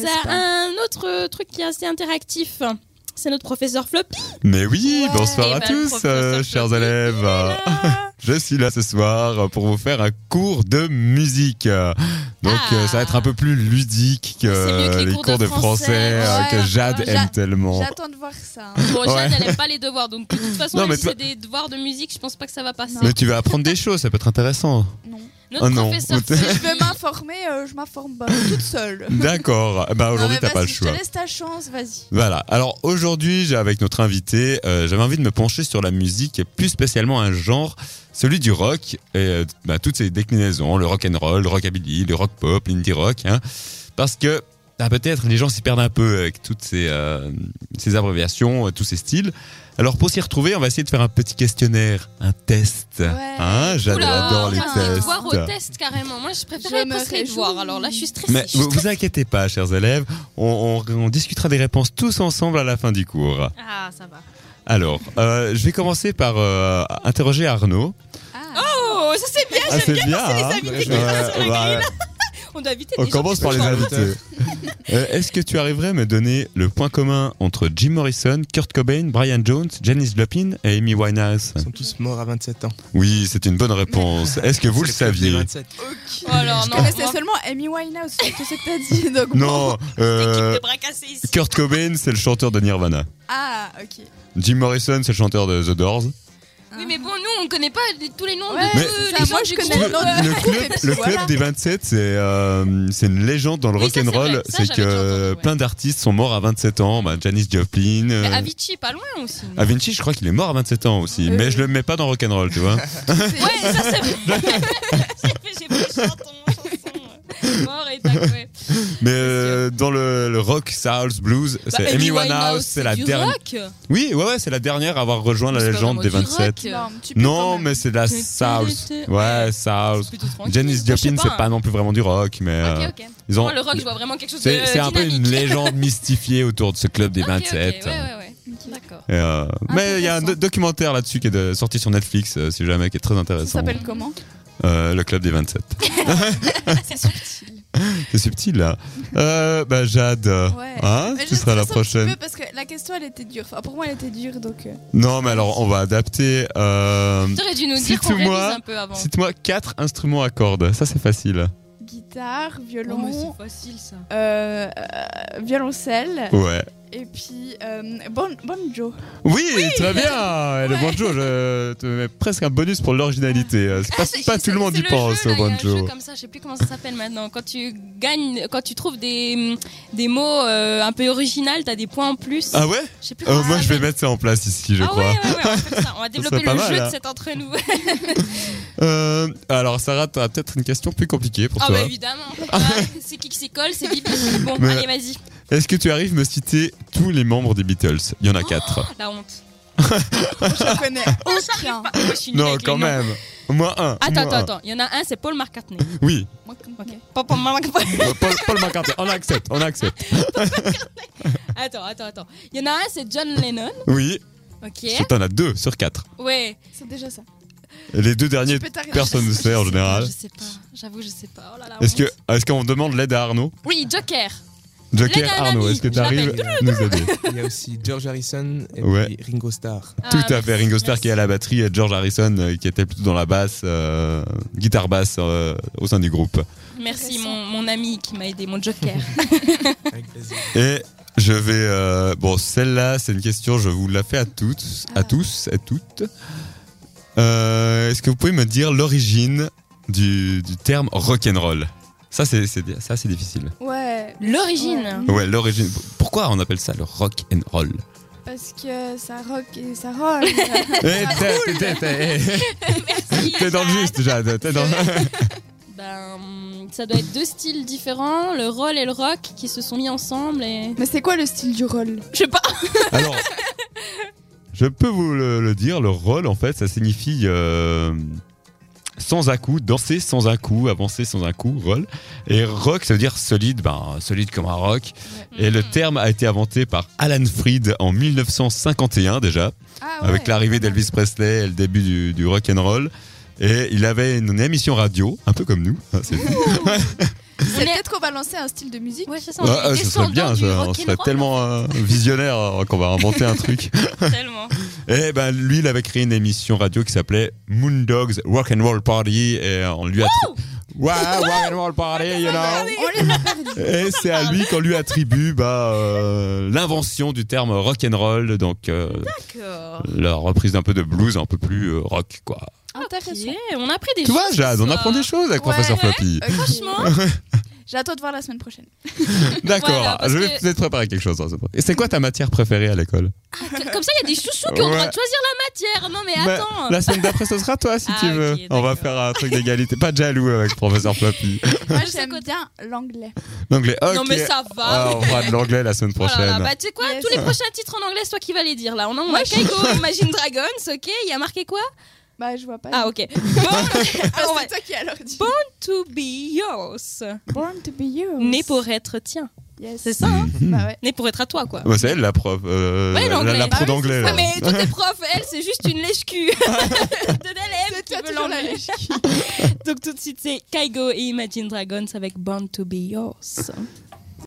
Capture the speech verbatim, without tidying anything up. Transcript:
à un autre truc qui est assez interactif. C'est notre professeur Floppy. Mais oui, ouais. bonsoir Et à bah, tous, euh, chers élèves. Je suis là ce soir pour vous faire un cours de musique. Donc ah. euh, ça va être un peu plus ludique que, que les, les cours, cours de, de français, français euh, ouais. que Jade J'a- aime tellement. J'attends de voir ça. Bon, Jade, ouais. elle aime pas les devoirs, donc de toute façon, Non, même mais si toi... c'est des devoirs de musique, je pense pas que ça va passer. Mais tu vas apprendre des choses, ça peut être intéressant. Non. Notre oh non. professeur, Si je veux m'informer, euh, je m'informe pas toute seule. D'accord. Bah aujourd'hui non, t'as pas le je choix. Je te laisse ta chance, vas-y. Voilà. Alors aujourd'hui, j'ai avec notre invité, euh, j'avais envie de me pencher sur la musique et plus spécialement un genre, celui du rock et euh, bah, toutes ses déclinaisons, le rock and roll, le rockabilly, le rock pop, l'indie rock, hein, parce que bah, peut-être les gens s'y perdent un peu avec toutes ces, euh, ces abréviations, tous ces styles. Alors pour s'y retrouver, on va essayer de faire un petit questionnaire, un test. Ouais. Hein, j'adore les tests. tests. Devoir au test carrément. Moi, je préférais Je me passer les réjouis. devoirs. Alors là, je suis stressée. Mais je suis vous, stressée. vous inquiétez pas, chers élèves, on, on, on discutera des réponses tous ensemble à la fin du cours. Ah, ça va. Alors, euh, je vais commencer par euh, interroger Arnaud. Ah. Oh, ça c'est bien. Ah, J'aime c'est bien, bien, quand c'est les hein. invités qui Ouais, passent sur la bah, grille. On doit éviter On les gens commence qui par sont les dans- invités. Euh, Est-ce que tu arriverais à me donner le point commun entre Jim Morrison, Kurt Cobain, Brian Jones, Janis Joplin et Amy Winehouse? Ils sont tous morts à vingt-sept ans. Oui, c'est une bonne réponse. Est-ce que vous le C'est club des saviez? vingt-sept. Ok. Oh, alors, je non, connaissais moi- seulement Amy Winehouse, c'est tout ce que t'as dit. Donc Non, bon. euh, Équipe de bras cassés ici. Kurt Cobain, c'est le chanteur de Nirvana. Ah, ok. Jim Morrison, c'est le chanteur de The Doors. Oui, mais bon, nous, on connaît pas les- tous les noms Ouais, de Mais- tous ça, les moi, gens je du connais groupe. le nom du Le groupe, club, et puis le voilà. club des vingt-sept, c'est euh, c'est une légende dans le Oui, ça, c'est rock'n'roll. vrai. Ça, C'est j'avais que déjà entendu, ouais. plein d'artistes sont morts à vingt-sept ans. Bah, Janis Joplin. Mais euh, Avicii, pas loin aussi. non Avicii, je crois qu'il est mort à vingt-sept ans aussi. Euh, Mais je le mets pas dans rock'n'roll, tu vois. Ouais, ça c'est vrai. J'ai fait, j'ai fait chanson, chanson. Mort et tac, ouais. Mais euh, dans le, le rock, soul, blues, Bah, c'est Amy Winehouse, c'est la du dernière. rock. Oui, ouais, ouais, c'est la dernière à avoir rejoint la C'est pas légende des vraiment du vingt-sept. rock. Non, tu peux quand Non, même. mais c'est de la soul. Ouais, soul. C'est plutôt tranquille. Janis Moi, je sais Joplin, c'est pas non plus vraiment du rock, mais Ok, euh, ok. ils ont. Moi, le rock, je vois vraiment quelque chose de C'est c'est un peu une dynamique. légende mystifiée autour de ce club des Ok, ok, vingt-sept. ouais, ouais, ouais. D'accord. Et, euh, mais il y a un do- documentaire là-dessus qui est de- sorti sur Netflix, euh, si jamais, qui est très Ça intéressant. s'appelle comment? Euh, le club des vingt-sept. C'est subtil. C'est subtil là. Euh, bah Jade, Ouais. hein, Mais tu je seras la stresse un petit prochaine. peu parce que la question elle était dure. Enfin, pour moi elle était dure donc. euh, Non, mais alors on va adapter. Euh, T'aurais dû nous dire qu'on Cite-moi- révise un peu avant. Cite-moi quatre instruments à cordes. Ça c'est facile. Guitare, Oh, mais violon, c'est facile ça. euh, euh, violoncelle Ouais. et puis euh, bon, banjo. Oui, très bien. Et le banjo, je te mets presque un bonus pour l'originalité. Euh, C'est pas, C'est- pas c'est- tout le monde c'est y pense jeu, au là, il y a un jeu banjo. comme ça, je sais plus comment ça s'appelle maintenant. Quand tu gagnes, quand tu trouves des, des mots euh, un peu originaux, t'as des points en plus. Ah ouais. Je sais plus Euh, comment Moi ça je vais s'appelle. mettre ça en place ici, je ah crois. ouais, ouais, ouais, on va faire ça. On va développer pas le mal, jeu hein. de cet entre nous. Euh, alors Sarah, t'as peut-être une question plus compliquée pour Ah toi. bah évidemment. Ah, c'est qui qui s'y colle, c'est Bibi. Bon, Mais- allez, vas-y. Est-ce que tu arrives à me citer tous les membres des Beatles? Il y en a quatre. La honte. Je connais aucun. Moi, je suis nulle Non, avec les quand noms. même. Au moins un. au Attends, moins attends, un. attends. Il y en a un, c'est Paul McCartney. Oui. Ok. Pas Paul McCartney. Euh, Paul, Paul McCartney, on accepte, on accepte. Attends, attends, attends. Il y en a un, c'est John Lennon. Oui. Ok. T'en as deux sur quatre. Ouais. C'est déjà ça. Et les deux derniers, Tu peux t'arrêter. personne ne sait en Je sais général. pas, Je sais pas. J'avoue, je sais pas. Oh là là. Est-ce que, honte. est-ce qu'on demande l'aide à Arnaud? Oui, Joker. Joker L'aide à un Arnaud, ami, est-ce que je tu arrives l'appelle. à nous aider? Il y a aussi George Harrison et Ouais. puis Ringo Starr. Tout Ah, à fait. Ringo Starr merci. qui est à la batterie et George Harrison euh, qui était plutôt dans la basse, euh, guitare basse euh, au sein du groupe. Merci, mon, mon ami qui m'a aidé, mon Joker. Avec plaisir. Et je vais... euh, bon, celle-là, c'est une question, je vous la fais à toutes, à Ah. tous, à toutes. Euh, est-ce que vous pouvez me dire l'origine du, du terme rock'n'roll? Ça, c'est, c'est, ça, c'est difficile. Ouais. L'origine. Ouais. Ouais, l'origine. Pourquoi on appelle ça le rock'n'roll? Parce que ça rock et ça roll. Eh, t'es, t'es, t'es, Merci. t'es dans le juste, Jade. T'es dans... Ben, ça doit être deux styles différents, le roll et le rock, qui se sont mis ensemble et... Mais c'est quoi le style du roll? Je sais pas. Alors, je peux vous le, le dire, le roll, en fait, ça signifie euh, sans un coup, danser sans un coup, avancer sans un coup, roll. Et rock, ça veut dire solide, ben, solide comme un rock. Et le terme a été inventé par Alan Freed en mille neuf cent cinquante et un déjà, Ah ouais. avec l'arrivée d'Elvis Presley et le début du, du rock'n'roll. Et il avait une émission radio, un peu comme nous. hein, c'est- C'est peut-être qu'on va lancer un style de musique. Ouais, c'est ça. Ouais, on ah, est ce serait bien, descendants du ça. On rock'n'roll, serait tellement euh, visionnaire euh, qu'on va inventer un truc. Tellement. Et ben lui, il avait créé une émission radio qui s'appelait Moondogs Rock and Roll Party et on lui a tri- ouais, rock and roll party, you know. On les a perdus. Et c'est à lui qu'on lui attribue bah, euh, l'invention du terme rock and roll, donc euh, D'accord. la reprise d'un peu de blues, un peu plus euh, rock, quoi. Intéressant. Ok, on a appris des Tu vois, choses. Jade, on ce apprend soir. des choses avec Ouais, Professeur ouais. Floppy. Euh, Franchement, J'attends de voir la semaine prochaine. D'accord, Voilà, parce je vais que- peut-être préparer quelque chose. Dans ce... Et c'est quoi ta matière préférée à l'école? ah, que- comme ça, il y a des chouchous qui ont le droit Ouais. de choisir la matière. Non, mais Bah, attends. la semaine d'après, ce sera toi si Ah, tu veux. ok, On va d'accord. faire un truc d'égalité. Pas de jaloux avec Professeur Floppy. Moi, De ce j'aime côté. bien l'anglais. L'anglais, ok. Non, mais ça va. Ah, on fera de l'anglais la semaine Oh là prochaine. là, bah tu sais quoi, Yes. tous les prochains titres en anglais, c'est toi qui vas les dire là. On a, on Moi, a je- Kaigo, Imagine Dragons, ok. Il y a marqué quoi? Bah, je vois pas. Ah, ok. Bon, Ah, on va- c'est toi qui as l'ordi. To be yours. Born to be yours. Né pour être tien. Yes. C'est ça, hein? Bah ouais. Né pour être à toi, quoi. Bah, c'est elle la prof. euh, Ouais, la, l'anglais. la pro Ah oui, d'anglais. Ouais, là. mais toutes les profs, elle, c'est juste une lèche-cul de l'élève C'est qui toi veut toujours la l'anglais. lèche. Donc tout de suite, c'est Kaigo et Imagine Dragons avec Born to be yours.